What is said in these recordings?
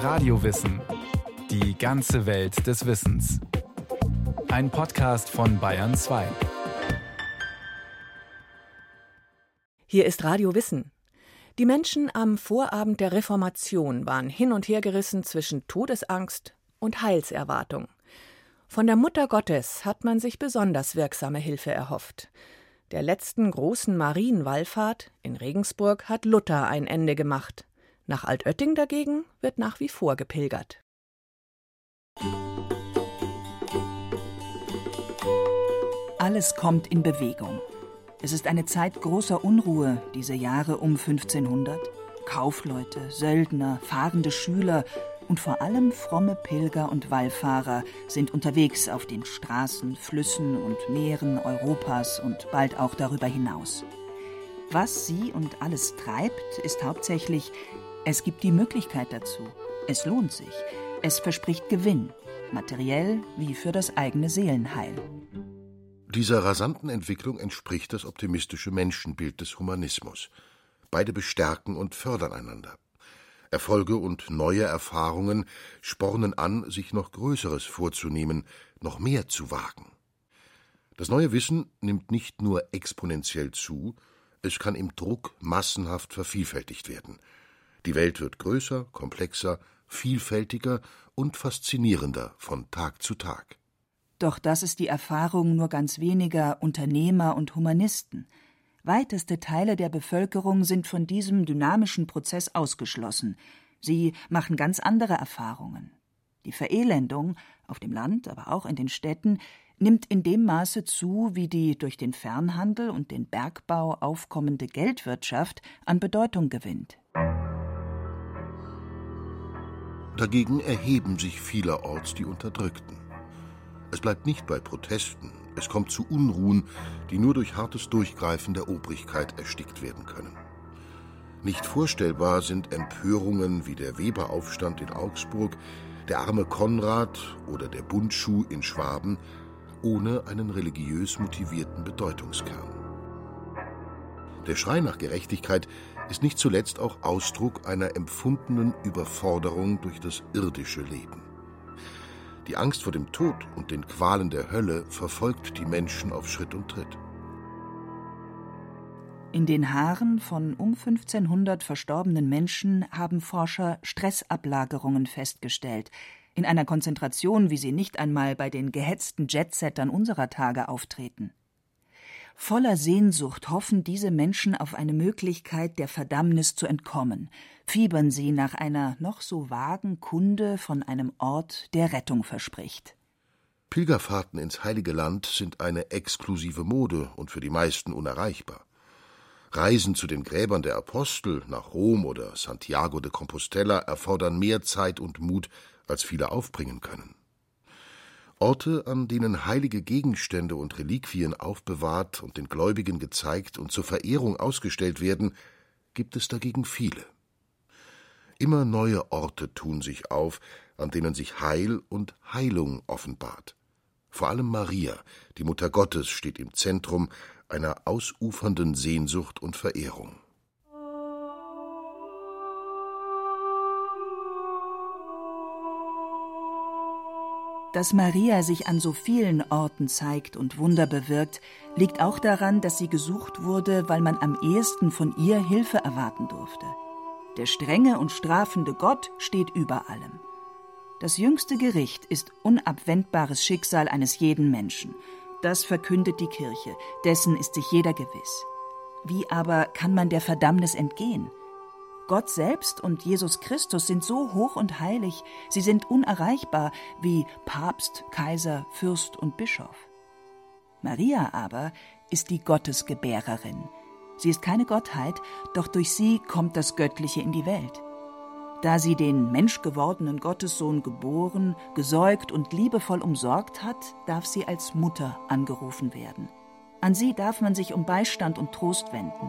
Radiowissen. Die ganze Welt des Wissens. Ein Podcast von Bayern 2. Hier ist Radio Wissen. Die Menschen am Vorabend der Reformation waren hin und her gerissen zwischen Todesangst und Heilserwartung. Von der Mutter Gottes hat man sich besonders wirksame Hilfe erhofft. Der letzten großen Marienwallfahrt in Regensburg hat Luther ein Ende gemacht. Nach Altötting dagegen wird nach wie vor gepilgert. Alles kommt in Bewegung. Es ist eine Zeit großer Unruhe, diese Jahre um 1500. Kaufleute, Söldner, fahrende Schüler und vor allem fromme Pilger und Wallfahrer sind unterwegs auf den Straßen, Flüssen und Meeren Europas und bald auch darüber hinaus. Was sie und alles treibt, ist hauptsächlich: Es gibt die Möglichkeit dazu. Es lohnt sich. Es verspricht Gewinn, materiell wie für das eigene Seelenheil. Dieser rasanten Entwicklung entspricht das optimistische Menschenbild des Humanismus. Beide bestärken und fördern einander. Erfolge und neue Erfahrungen spornen an, sich noch Größeres vorzunehmen, noch mehr zu wagen. Das neue Wissen nimmt nicht nur exponentiell zu, es kann im Druck massenhaft vervielfältigt werden. Die Welt wird größer, komplexer, vielfältiger und faszinierender von Tag zu Tag. Doch das ist die Erfahrung nur ganz weniger Unternehmer und Humanisten. Weiteste Teile der Bevölkerung sind von diesem dynamischen Prozess ausgeschlossen. Sie machen ganz andere Erfahrungen. Die Verelendung, auf dem Land, aber auch in den Städten, nimmt in dem Maße zu, wie die durch den Fernhandel und den Bergbau aufkommende Geldwirtschaft an Bedeutung gewinnt. Dagegen erheben sich vielerorts die Unterdrückten. Es bleibt nicht bei Protesten, es kommt zu Unruhen, die nur durch hartes Durchgreifen der Obrigkeit erstickt werden können. Nicht vorstellbar sind Empörungen wie der Weberaufstand in Augsburg, der arme Konrad oder der Bundschuh in Schwaben, ohne einen religiös motivierten Bedeutungskern. Der Schrei nach Gerechtigkeit ist nicht zuletzt auch Ausdruck einer empfundenen Überforderung durch das irdische Leben. Die Angst vor dem Tod und den Qualen der Hölle verfolgt die Menschen auf Schritt und Tritt. In den Haaren von um 1500 verstorbenen Menschen haben Forscher Stressablagerungen festgestellt, in einer Konzentration, wie sie nicht einmal bei den gehetzten Jetsettern unserer Tage auftreten. Voller Sehnsucht hoffen diese Menschen auf eine Möglichkeit, der Verdammnis zu entkommen, fiebern sie nach einer noch so vagen Kunde von einem Ort, der Rettung verspricht. Pilgerfahrten ins Heilige Land sind eine exklusive Mode und für die meisten unerreichbar. Reisen zu den Gräbern der Apostel nach Rom oder Santiago de Compostela erfordern mehr Zeit und Mut, als viele aufbringen können. Orte, an denen heilige Gegenstände und Reliquien aufbewahrt und den Gläubigen gezeigt und zur Verehrung ausgestellt werden, gibt es dagegen viele. Immer neue Orte tun sich auf, an denen sich Heil und Heilung offenbart. Vor allem Maria, die Mutter Gottes, steht im Zentrum einer ausufernden Sehnsucht und Verehrung. Dass Maria sich an so vielen Orten zeigt und Wunder bewirkt, liegt auch daran, dass sie gesucht wurde, weil man am ehesten von ihr Hilfe erwarten durfte. Der strenge und strafende Gott steht über allem. Das jüngste Gericht ist unabwendbares Schicksal eines jeden Menschen. Das verkündet die Kirche, dessen ist sich jeder gewiss. Wie aber kann man der Verdammnis entgehen? Gott selbst und Jesus Christus sind so hoch und heilig, sie sind unerreichbar wie Papst, Kaiser, Fürst und Bischof. Maria aber ist die Gottesgebärerin. Sie ist keine Gottheit, doch durch sie kommt das Göttliche in die Welt. Da sie den menschgewordenen Gottessohn geboren, gesäugt und liebevoll umsorgt hat, darf sie als Mutter angerufen werden. An sie darf man sich um Beistand und Trost wenden.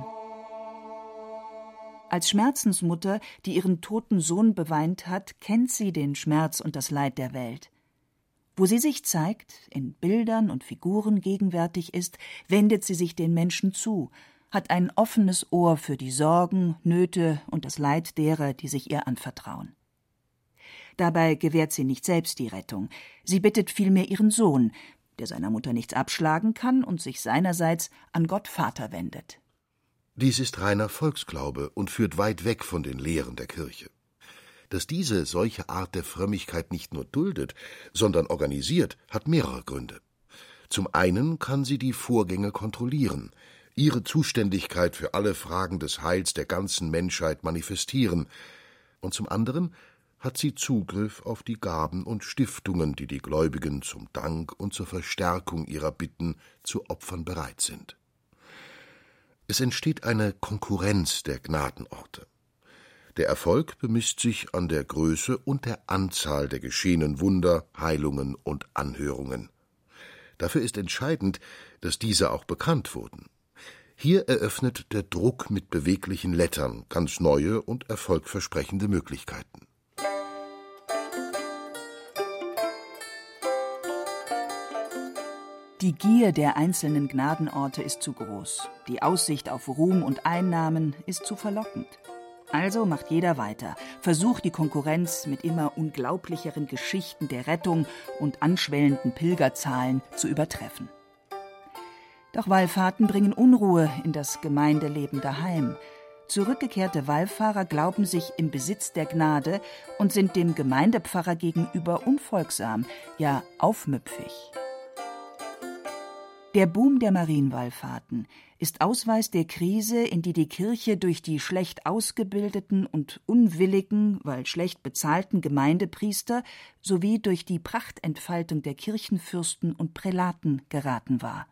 Als Schmerzensmutter, die ihren toten Sohn beweint hat, kennt sie den Schmerz und das Leid der Welt. Wo sie sich zeigt, in Bildern und Figuren gegenwärtig ist, wendet sie sich den Menschen zu, hat ein offenes Ohr für die Sorgen, Nöte und das Leid derer, die sich ihr anvertrauen. Dabei gewährt sie nicht selbst die Rettung. Sie bittet vielmehr ihren Sohn, der seiner Mutter nichts abschlagen kann und sich seinerseits an Gott Vater wendet. Dies ist reiner Volksglaube und führt weit weg von den Lehren der Kirche. Dass diese solche Art der Frömmigkeit nicht nur duldet, sondern organisiert, hat mehrere Gründe. Zum einen kann sie die Vorgänge kontrollieren, ihre Zuständigkeit für alle Fragen des Heils der ganzen Menschheit manifestieren, und zum anderen hat sie Zugriff auf die Gaben und Stiftungen, die die Gläubigen zum Dank und zur Verstärkung ihrer Bitten zu opfern bereit sind. Es entsteht eine Konkurrenz der Gnadenorte. Der Erfolg bemisst sich an der Größe und der Anzahl der geschehenen Wunder, Heilungen und Anhörungen. Dafür ist entscheidend, dass diese auch bekannt wurden. Hier eröffnet der Druck mit beweglichen Lettern ganz neue und erfolgversprechende Möglichkeiten. Die Gier der einzelnen Gnadenorte ist zu groß. Die Aussicht auf Ruhm und Einnahmen ist zu verlockend. Also macht jeder weiter, versucht die Konkurrenz mit immer unglaublicheren Geschichten der Rettung und anschwellenden Pilgerzahlen zu übertreffen. Doch Wallfahrten bringen Unruhe in das Gemeindeleben daheim. Zurückgekehrte Wallfahrer glauben sich im Besitz der Gnade und sind dem Gemeindepfarrer gegenüber unfolgsam, ja aufmüpfig. Der Boom der Marienwallfahrten ist Ausweis der Krise, in die die Kirche durch die schlecht ausgebildeten und unwilligen, weil schlecht bezahlten Gemeindepriester sowie durch die Prachtentfaltung der Kirchenfürsten und Prälaten geraten war.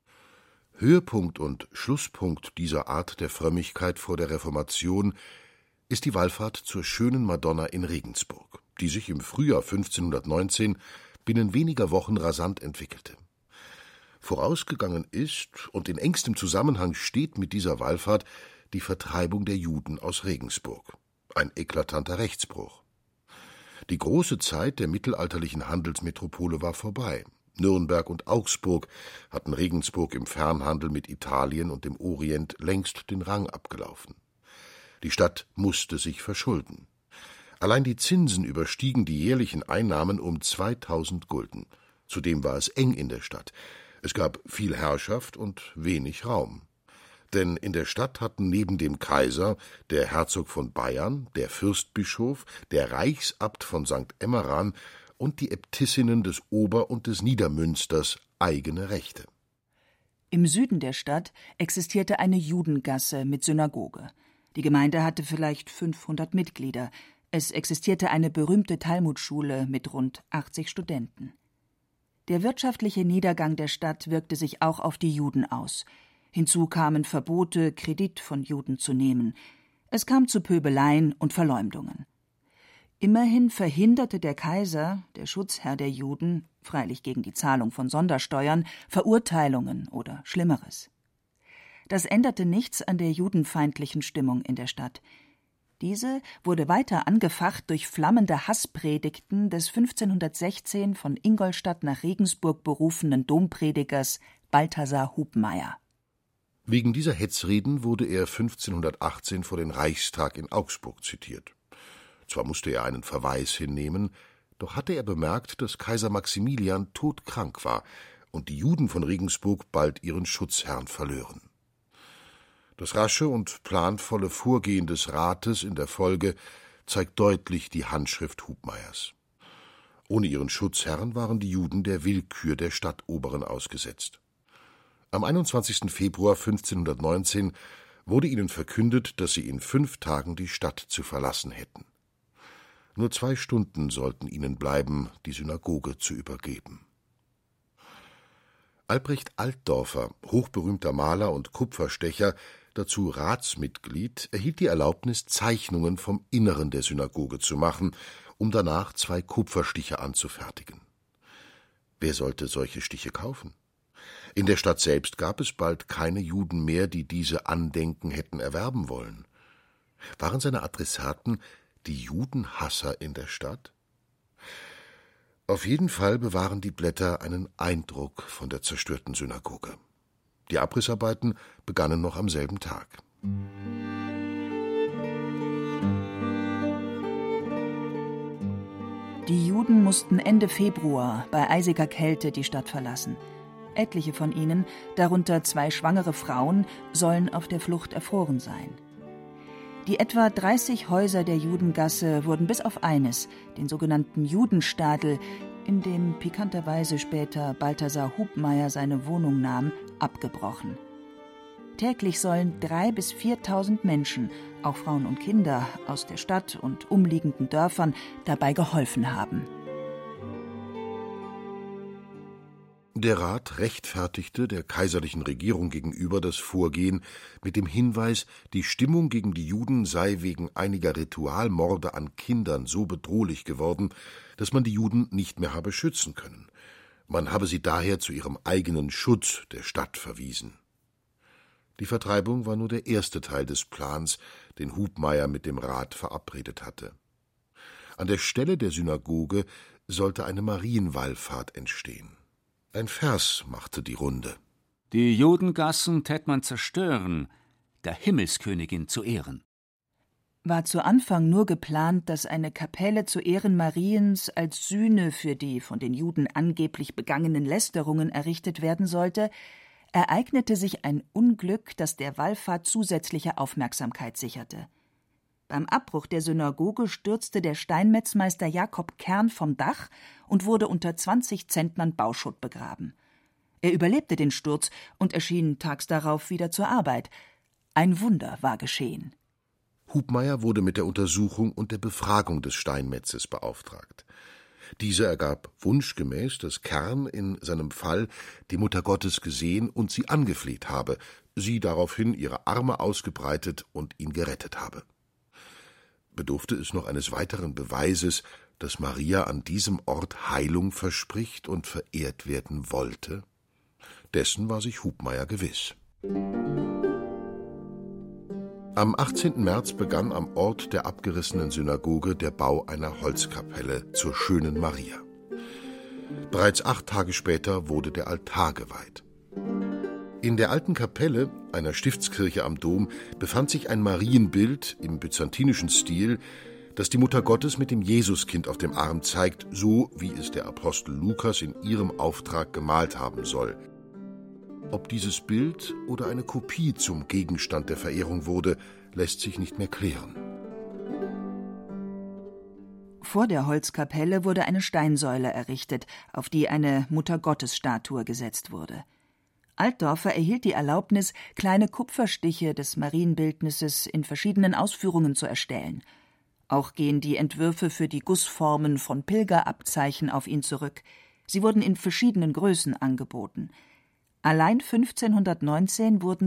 Höhepunkt und Schlusspunkt dieser Art der Frömmigkeit vor der Reformation ist die Wallfahrt zur schönen Madonna in Regensburg, die sich im Frühjahr 1519 binnen weniger Wochen rasant entwickelte. Vorausgegangen ist und in engstem Zusammenhang steht mit dieser Wallfahrt die Vertreibung der Juden aus Regensburg, ein eklatanter Rechtsbruch. Die große Zeit der mittelalterlichen Handelsmetropole war vorbei. Nürnberg und Augsburg hatten Regensburg im Fernhandel mit Italien und dem Orient längst den Rang abgelaufen. Die Stadt musste sich verschulden. Allein die Zinsen überstiegen die jährlichen Einnahmen um 2000 Gulden. Zudem war es eng in der Stadt. Es gab viel Herrschaft und wenig Raum. Denn in der Stadt hatten neben dem Kaiser der Herzog von Bayern, der Fürstbischof, der Reichsabt von St. Emmeran und die Äbtissinnen des Ober- und des Niedermünsters eigene Rechte. Im Süden der Stadt existierte eine Judengasse mit Synagoge. Die Gemeinde hatte vielleicht 500 Mitglieder. Es existierte eine berühmte Talmudschule mit rund 80 Studenten. Der wirtschaftliche Niedergang der Stadt wirkte sich auch auf die Juden aus. Hinzu kamen Verbote, Kredit von Juden zu nehmen. Es kam zu Pöbeleien und Verleumdungen. Immerhin verhinderte der Kaiser, der Schutzherr der Juden, freilich gegen die Zahlung von Sondersteuern, Verurteilungen oder Schlimmeres. Das änderte nichts an der judenfeindlichen Stimmung in der Stadt. Diese wurde weiter angefacht durch flammende Hasspredigten des 1516 von Ingolstadt nach Regensburg berufenen Dompredigers Balthasar Hubmeier. Wegen dieser Hetzreden wurde er 1518 vor den Reichstag in Augsburg zitiert. Zwar musste er einen Verweis hinnehmen, doch hatte er bemerkt, dass Kaiser Maximilian todkrank war und die Juden von Regensburg bald ihren Schutzherrn verlören. Das rasche und planvolle Vorgehen des Rates in der Folge zeigt deutlich die Handschrift Hubmeiers. Ohne ihren Schutzherrn waren die Juden der Willkür der Stadtoberen ausgesetzt. Am 21. Februar 1519 wurde ihnen verkündet, dass sie in 5 Tagen die Stadt zu verlassen hätten. Nur 2 Stunden sollten ihnen bleiben, die Synagoge zu übergeben. Albrecht Altdorfer, hochberühmter Maler und Kupferstecher, dazu Ratsmitglied, erhielt die Erlaubnis, Zeichnungen vom Inneren der Synagoge zu machen, um danach 2 Kupferstiche anzufertigen. Wer sollte solche Stiche kaufen? In der Stadt selbst gab es bald keine Juden mehr, die diese Andenken hätten erwerben wollen. Waren seine Adressaten die Judenhasser in der Stadt? Auf jeden Fall bewahren die Blätter einen Eindruck von der zerstörten Synagoge. Die Abrissarbeiten begannen noch am selben Tag. Die Juden mussten Ende Februar bei eisiger Kälte die Stadt verlassen. Etliche von ihnen, darunter 2 schwangere Frauen, sollen auf der Flucht erfroren sein. Die etwa 30 Häuser der Judengasse wurden bis auf eines, den sogenannten Judenstadel, in dem pikanterweise später Balthasar Hubmeier seine Wohnung nahm, abgebrochen. Täglich sollen 3.000 bis 4.000 Menschen, auch Frauen und Kinder, aus der Stadt und umliegenden Dörfern dabei geholfen haben. Der Rat rechtfertigte der kaiserlichen Regierung gegenüber das Vorgehen mit dem Hinweis, die Stimmung gegen die Juden sei wegen einiger Ritualmorde an Kindern so bedrohlich geworden, dass man die Juden nicht mehr habe schützen können. Man habe sie daher zu ihrem eigenen Schutz der Stadt verwiesen. Die Vertreibung war nur der erste Teil des Plans, den Hubmeier mit dem Rat verabredet hatte. An der Stelle der Synagoge sollte eine Marienwallfahrt entstehen. Ein Vers machte die Runde. Die Judengassen tät man zerstören, der Himmelskönigin zu Ehren. War zu Anfang nur geplant, dass eine Kapelle zu Ehren Mariens als Sühne für die von den Juden angeblich begangenen Lästerungen errichtet werden sollte, ereignete sich ein Unglück, das der Wallfahrt zusätzliche Aufmerksamkeit sicherte. Beim Abbruch der Synagoge stürzte der Steinmetzmeister Jakob Kern vom Dach und wurde unter 20 Zentnern Bauschutt begraben. Er überlebte den Sturz und erschien tags darauf wieder zur Arbeit. Ein Wunder war geschehen. Hubmeier wurde mit der Untersuchung und der Befragung des Steinmetzes beauftragt. Dieser ergab wunschgemäß, dass Kern in seinem Fall die Mutter Gottes gesehen und sie angefleht habe, sie daraufhin ihre Arme ausgebreitet und ihn gerettet habe. Bedurfte es noch eines weiteren Beweises, dass Maria an diesem Ort Heilung verspricht und verehrt werden wollte? Dessen war sich Hubmeier gewiss. Am 18. März begann am Ort der abgerissenen Synagoge der Bau einer Holzkapelle zur schönen Maria. Bereits 8 Tage später wurde der Altar geweiht. In der alten Kapelle, einer Stiftskirche am Dom, befand sich ein Marienbild im byzantinischen Stil, das die Mutter Gottes mit dem Jesuskind auf dem Arm zeigt, so wie es der Apostel Lukas in ihrem Auftrag gemalt haben soll. Ob dieses Bild oder eine Kopie zum Gegenstand der Verehrung wurde, lässt sich nicht mehr klären. Vor der Holzkapelle wurde eine Steinsäule errichtet, auf die eine Mutter-Gottes-Statue gesetzt wurde. Altdorfer erhielt die Erlaubnis, kleine Kupferstiche des Marienbildnisses in verschiedenen Ausführungen zu erstellen. Auch gehen die Entwürfe für die Gussformen von Pilgerabzeichen auf ihn zurück. Sie wurden in verschiedenen Größen angeboten. Allein 1519 wurden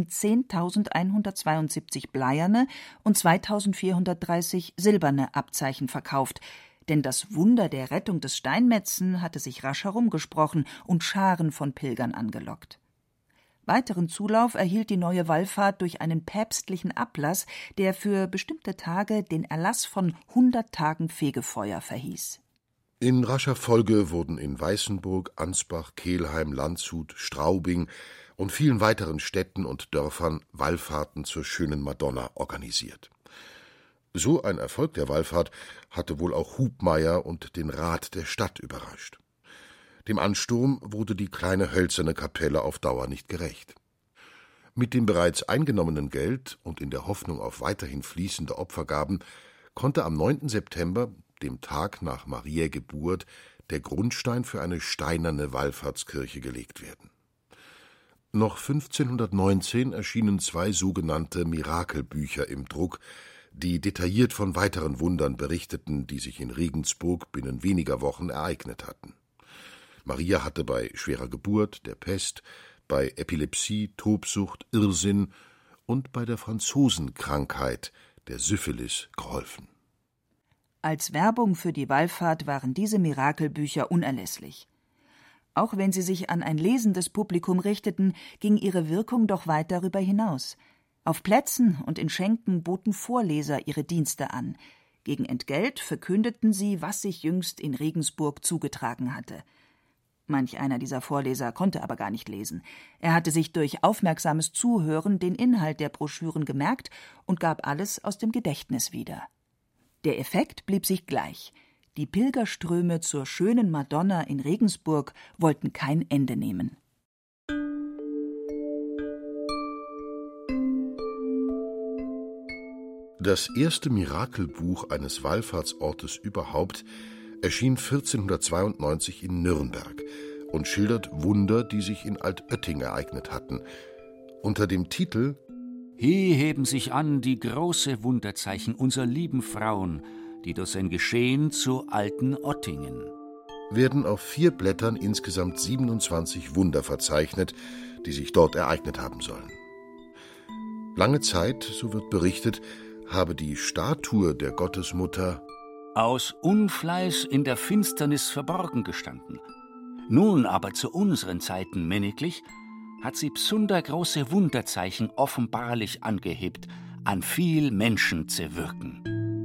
10.172 bleierne und 2.430 silberne Abzeichen verkauft, denn das Wunder der Rettung des Steinmetzen hatte sich rasch herumgesprochen und Scharen von Pilgern angelockt. Weiteren Zulauf erhielt die neue Wallfahrt durch einen päpstlichen Ablass, der für bestimmte Tage den Erlass von 100 Tagen Fegefeuer verhieß. In rascher Folge wurden in Weißenburg, Ansbach, Kelheim, Landshut, Straubing und vielen weiteren Städten und Dörfern Wallfahrten zur schönen Madonna organisiert. So ein Erfolg der Wallfahrt hatte wohl auch Hubmeier und den Rat der Stadt überrascht. Dem Ansturm wurde die kleine hölzerne Kapelle auf Dauer nicht gerecht. Mit dem bereits eingenommenen Geld und in der Hoffnung auf weiterhin fließende Opfergaben konnte am 9. September, dem Tag nach Mariä Geburt, der Grundstein für eine steinerne Wallfahrtskirche gelegt werden. Noch 1519 erschienen 2 sogenannte Mirakelbücher im Druck, die detailliert von weiteren Wundern berichteten, die sich in Regensburg binnen weniger Wochen ereignet hatten. Maria hatte bei schwerer Geburt, der Pest, bei Epilepsie, Tobsucht, Irrsinn und bei der Franzosenkrankheit, der Syphilis, geholfen. Als Werbung für die Wallfahrt waren diese Mirakelbücher unerlässlich. Auch wenn sie sich an ein lesendes Publikum richteten, ging ihre Wirkung doch weit darüber hinaus. Auf Plätzen und in Schenken boten Vorleser ihre Dienste an. Gegen Entgelt verkündeten sie, was sich jüngst in Regensburg zugetragen hatte. Manch einer dieser Vorleser konnte aber gar nicht lesen. Er hatte sich durch aufmerksames Zuhören den Inhalt der Broschüren gemerkt und gab alles aus dem Gedächtnis wieder. Der Effekt blieb sich gleich. Die Pilgerströme zur schönen Madonna in Regensburg wollten kein Ende nehmen. Das erste Mirakelbuch eines Wallfahrtsortes überhaupt erschien 1492 in Nürnberg und schildert Wunder, die sich in Altötting ereignet hatten. Unter dem Titel »Hie heben sich an die große Wunderzeichen unserer lieben Frauen, die durch sein Geschehen zu alten Ottingen« werden auf 4 Blättern insgesamt 27 Wunder verzeichnet, die sich dort ereignet haben sollen. Lange Zeit, so wird berichtet, habe die Statue der Gottesmutter aus Unfleiß in der Finsternis verborgen gestanden. Nun aber zu unseren Zeiten männiglich hat sie bsunder große Wunderzeichen offenbarlich angehebt, an viel Menschen zu wirken.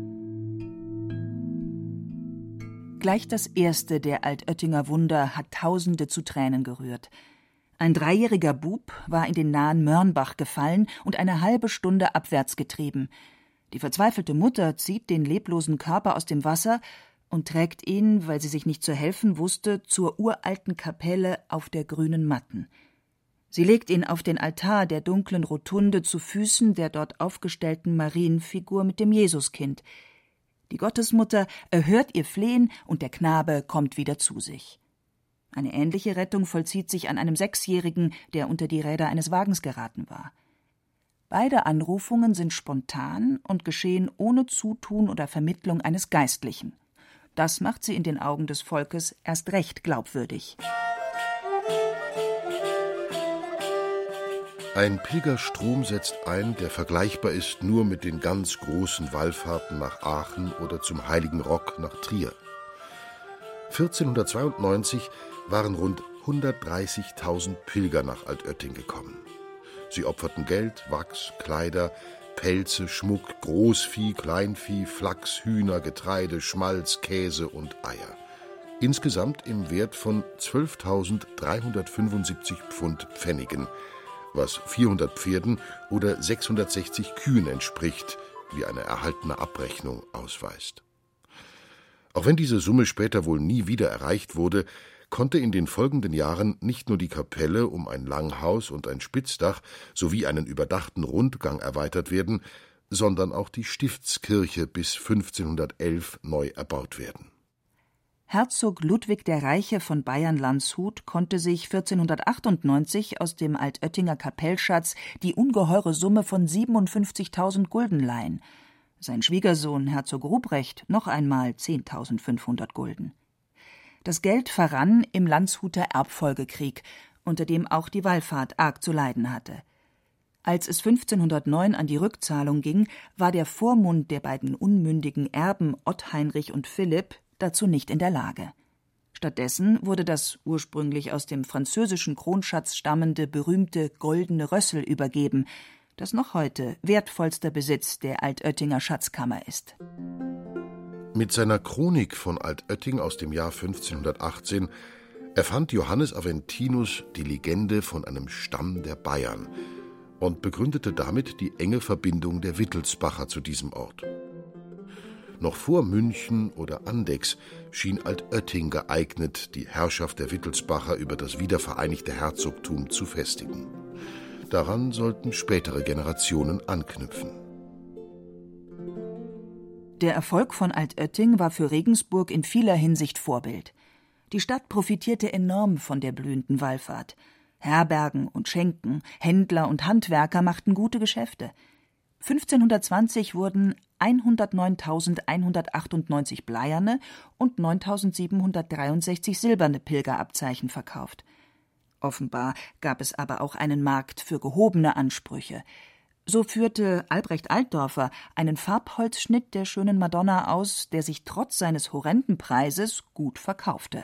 Gleich das erste der Altöttinger Wunder hat Tausende zu Tränen gerührt. Ein 3-jähriger Bub war in den nahen Mörnbach gefallen und eine halbe Stunde abwärts getrieben. Die verzweifelte Mutter zieht den leblosen Körper aus dem Wasser und trägt ihn, weil sie sich nicht zu helfen wusste, zur uralten Kapelle auf der grünen Matten. Sie legt ihn auf den Altar der dunklen Rotunde zu Füßen der dort aufgestellten Marienfigur mit dem Jesuskind. Die Gottesmutter erhört ihr Flehen und der Knabe kommt wieder zu sich. Eine ähnliche Rettung vollzieht sich an einem 6-Jährigen, der unter die Räder eines Wagens geraten war. Beide Anrufungen sind spontan und geschehen ohne Zutun oder Vermittlung eines Geistlichen. Das macht sie in den Augen des Volkes erst recht glaubwürdig. Ein Pilgerstrom setzt ein, der vergleichbar ist nur mit den ganz großen Wallfahrten nach Aachen oder zum Heiligen Rock nach Trier. 1492 waren rund 130.000 Pilger nach Altötting gekommen. Sie opferten Geld, Wachs, Kleider, Pelze, Schmuck, Großvieh, Kleinvieh, Flachs, Hühner, Getreide, Schmalz, Käse und Eier. Insgesamt im Wert von 12.375 Pfund Pfennigen, was 400 Pferden oder 660 Kühen entspricht, wie eine erhaltene Abrechnung ausweist. Auch wenn diese Summe später wohl nie wieder erreicht wurde, konnte in den folgenden Jahren nicht nur die Kapelle um ein Langhaus und ein Spitzdach sowie einen überdachten Rundgang erweitert werden, sondern auch die Stiftskirche bis 1511 neu erbaut werden. Herzog Ludwig der Reiche von Bayern-Landshut konnte sich 1498 aus dem Altöttinger Kapellschatz die ungeheure Summe von 57.000 Gulden leihen. Sein Schwiegersohn Herzog Ruprecht noch einmal 10.500 Gulden. Das Geld verrann im Landshuter Erbfolgekrieg, unter dem auch die Wallfahrt arg zu leiden hatte. Als es 1509 an die Rückzahlung ging, war der Vormund der beiden unmündigen Erben Ottheinrich und Philipp dazu nicht in der Lage. Stattdessen wurde das ursprünglich aus dem französischen Kronschatz stammende berühmte Goldene Rössel übergeben, das noch heute wertvollster Besitz der Altöttinger Schatzkammer ist. Mit seiner Chronik von Altötting aus dem Jahr 1518 erfand Johannes Aventinus die Legende von einem Stamm der Bayern und begründete damit die enge Verbindung der Wittelsbacher zu diesem Ort. Noch vor München oder Andechs schien Altötting geeignet, die Herrschaft der Wittelsbacher über das wiedervereinigte Herzogtum zu festigen. Daran sollten spätere Generationen anknüpfen. Der Erfolg von Altötting war für Regensburg in vieler Hinsicht Vorbild. Die Stadt profitierte enorm von der blühenden Wallfahrt. Herbergen und Schenken, Händler und Handwerker machten gute Geschäfte. 1520 wurden 109.198 bleierne und 9.763 silberne Pilgerabzeichen verkauft. Offenbar gab es aber auch einen Markt für gehobene Ansprüche. So führte Albrecht Altdorfer einen Farbholzschnitt der schönen Madonna aus, der sich trotz seines horrenden Preises gut verkaufte.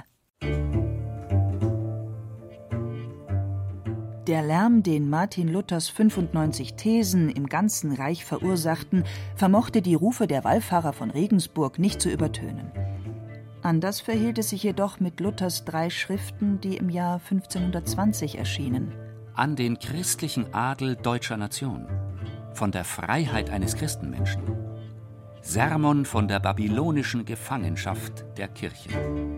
Der Lärm, den Martin Luthers 95 Thesen im ganzen Reich verursachten, vermochte die Rufe der Wallfahrer von Regensburg nicht zu übertönen. Anders verhielt es sich jedoch mit Luthers 3 Schriften, die im Jahr 1520 erschienen. An den christlichen Adel deutscher Nation, von der Freiheit eines Christenmenschen. Sermon von der babylonischen Gefangenschaft der Kirche.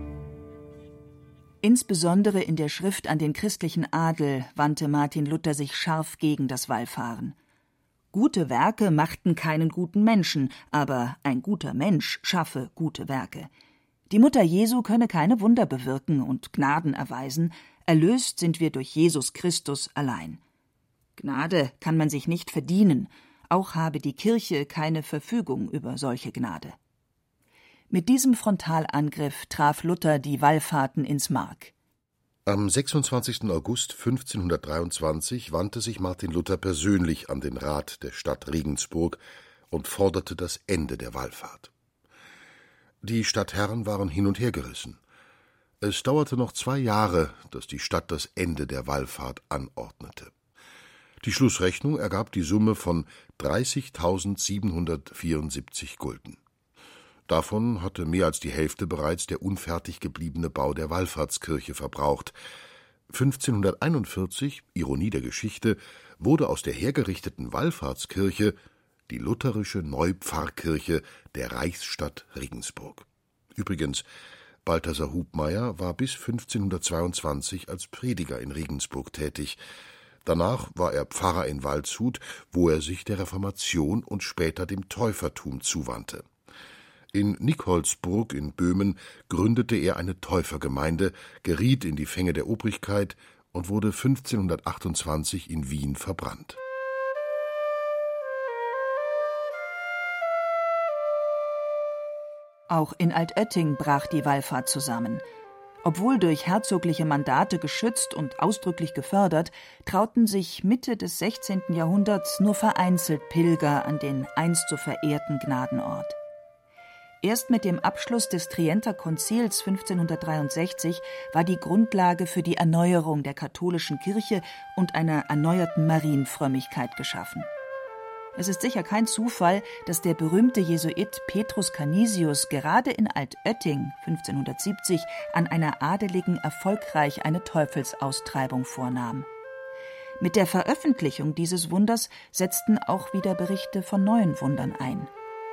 Insbesondere in der Schrift an den christlichen Adel wandte Martin Luther sich scharf gegen das Wallfahren. Gute Werke machten keinen guten Menschen, aber ein guter Mensch schaffe gute Werke. Die Mutter Jesu könne keine Wunder bewirken und Gnaden erweisen, erlöst sind wir durch Jesus Christus allein. Gnade kann man sich nicht verdienen, auch habe die Kirche keine Verfügung über solche Gnade. Mit diesem Frontalangriff traf Luther die Wallfahrten ins Mark. Am 26. August 1523 wandte sich Martin Luther persönlich an den Rat der Stadt Regensburg und forderte das Ende der Wallfahrt. Die Stadtherren waren hin und her gerissen. Es dauerte noch 2 Jahre, dass die Stadt das Ende der Wallfahrt anordnete. Die Schlussrechnung ergab die Summe von 30.774 Gulden. Davon hatte mehr als die Hälfte bereits der unfertig gebliebene Bau der Wallfahrtskirche verbraucht. 1541, Ironie der Geschichte, wurde aus der hergerichteten Wallfahrtskirche die lutherische Neupfarrkirche der Reichsstadt Regensburg. Übrigens, Balthasar Hubmeier war bis 1522 als Prediger in Regensburg tätig. Danach war er Pfarrer in Waldshut, wo er sich der Reformation und später dem Täufertum zuwandte. In Nikolsburg in Böhmen gründete er eine Täufergemeinde, geriet in die Fänge der Obrigkeit und wurde 1528 in Wien verbrannt. Auch in Altötting brach die Wallfahrt zusammen. Obwohl durch herzogliche Mandate geschützt und ausdrücklich gefördert, trauten sich Mitte des 16. Jahrhunderts nur vereinzelt Pilger an den einst so verehrten Gnadenort. Erst mit dem Abschluss des Trienter Konzils 1563 war die Grundlage für die Erneuerung der katholischen Kirche und einer erneuerten Marienfrömmigkeit geschaffen. Es ist sicher kein Zufall, dass der berühmte Jesuit Petrus Canisius gerade in Altötting 1570 an einer Adeligen erfolgreich eine Teufelsaustreibung vornahm. Mit der Veröffentlichung dieses Wunders setzten auch wieder Berichte von neuen Wundern ein.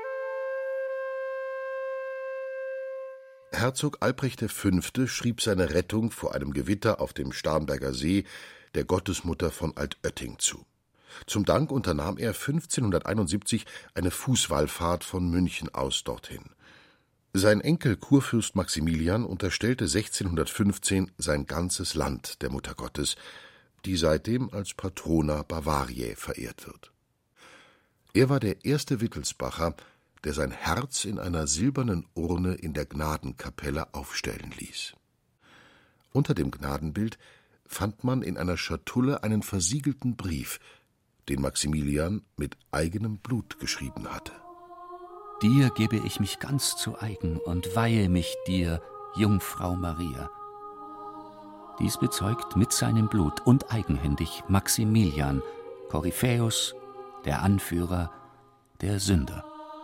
Herzog Albrecht V. schrieb seine Rettung vor einem Gewitter auf dem Starnberger See der Gottesmutter von Altötting zu. Zum Dank unternahm er 1571 eine Fußwallfahrt von München aus dorthin. Sein Enkel Kurfürst Maximilian unterstellte 1615 sein ganzes Land der Mutter Gottes, die seitdem als Patrona Bavariae verehrt wird. Er war der erste Wittelsbacher, der sein Herz in einer silbernen Urne in der Gnadenkapelle aufstellen ließ. Unter dem Gnadenbild fand man in einer Schatulle einen versiegelten Brief, den Maximilian mit eigenem Blut geschrieben hatte. Dir gebe ich mich ganz zu eigen und weihe mich dir, Jungfrau Maria. Dies bezeugt mit seinem Blut und eigenhändig Maximilian, Koryphäus, der Anführer der Sünder.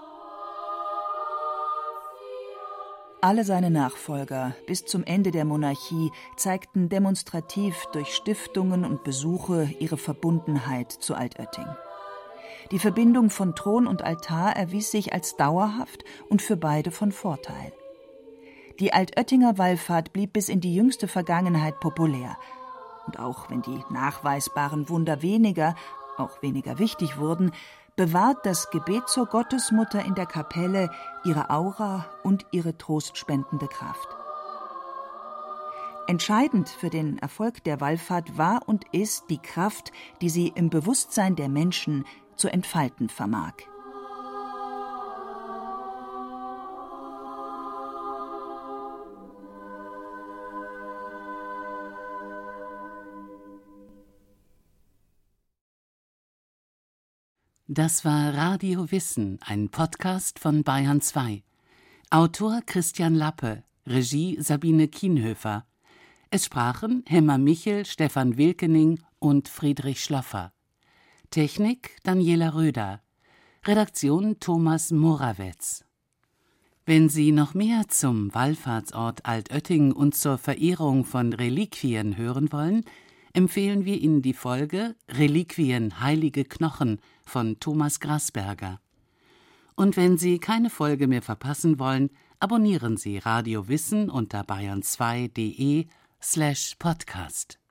Alle seine Nachfolger bis zum Ende der Monarchie zeigten demonstrativ durch Stiftungen und Besuche ihre Verbundenheit zu Altötting. Die Verbindung von Thron und Altar erwies sich als dauerhaft und für beide von Vorteil. Die Altöttinger Wallfahrt blieb bis in die jüngste Vergangenheit populär. Und auch wenn die nachweisbaren Wunder weniger, auch weniger wichtig wurden, bewahrt das Gebet zur Gottesmutter in der Kapelle ihre Aura und ihre trostspendende Kraft. Entscheidend für den Erfolg der Wallfahrt war und ist die Kraft, die sie im Bewusstsein der Menschen zu entfalten vermag. Das war Radio Wissen, ein Podcast von Bayern 2. Autor Christian Lappe, Regie Sabine Kienhöfer. Es sprachen Hemmer Michel, Stefan Wilkening und Friedrich Schloffer. Technik Daniela Röder. Redaktion Thomas Morawetz. Wenn Sie noch mehr zum Wallfahrtsort Altötting und zur Verehrung von Reliquien hören wollen, empfehlen wir Ihnen die Folge Reliquien Heilige Knochen von Thomas Grasberger. Und wenn Sie keine Folge mehr verpassen wollen, abonnieren Sie Radio Wissen unter bayern2.de/podcast.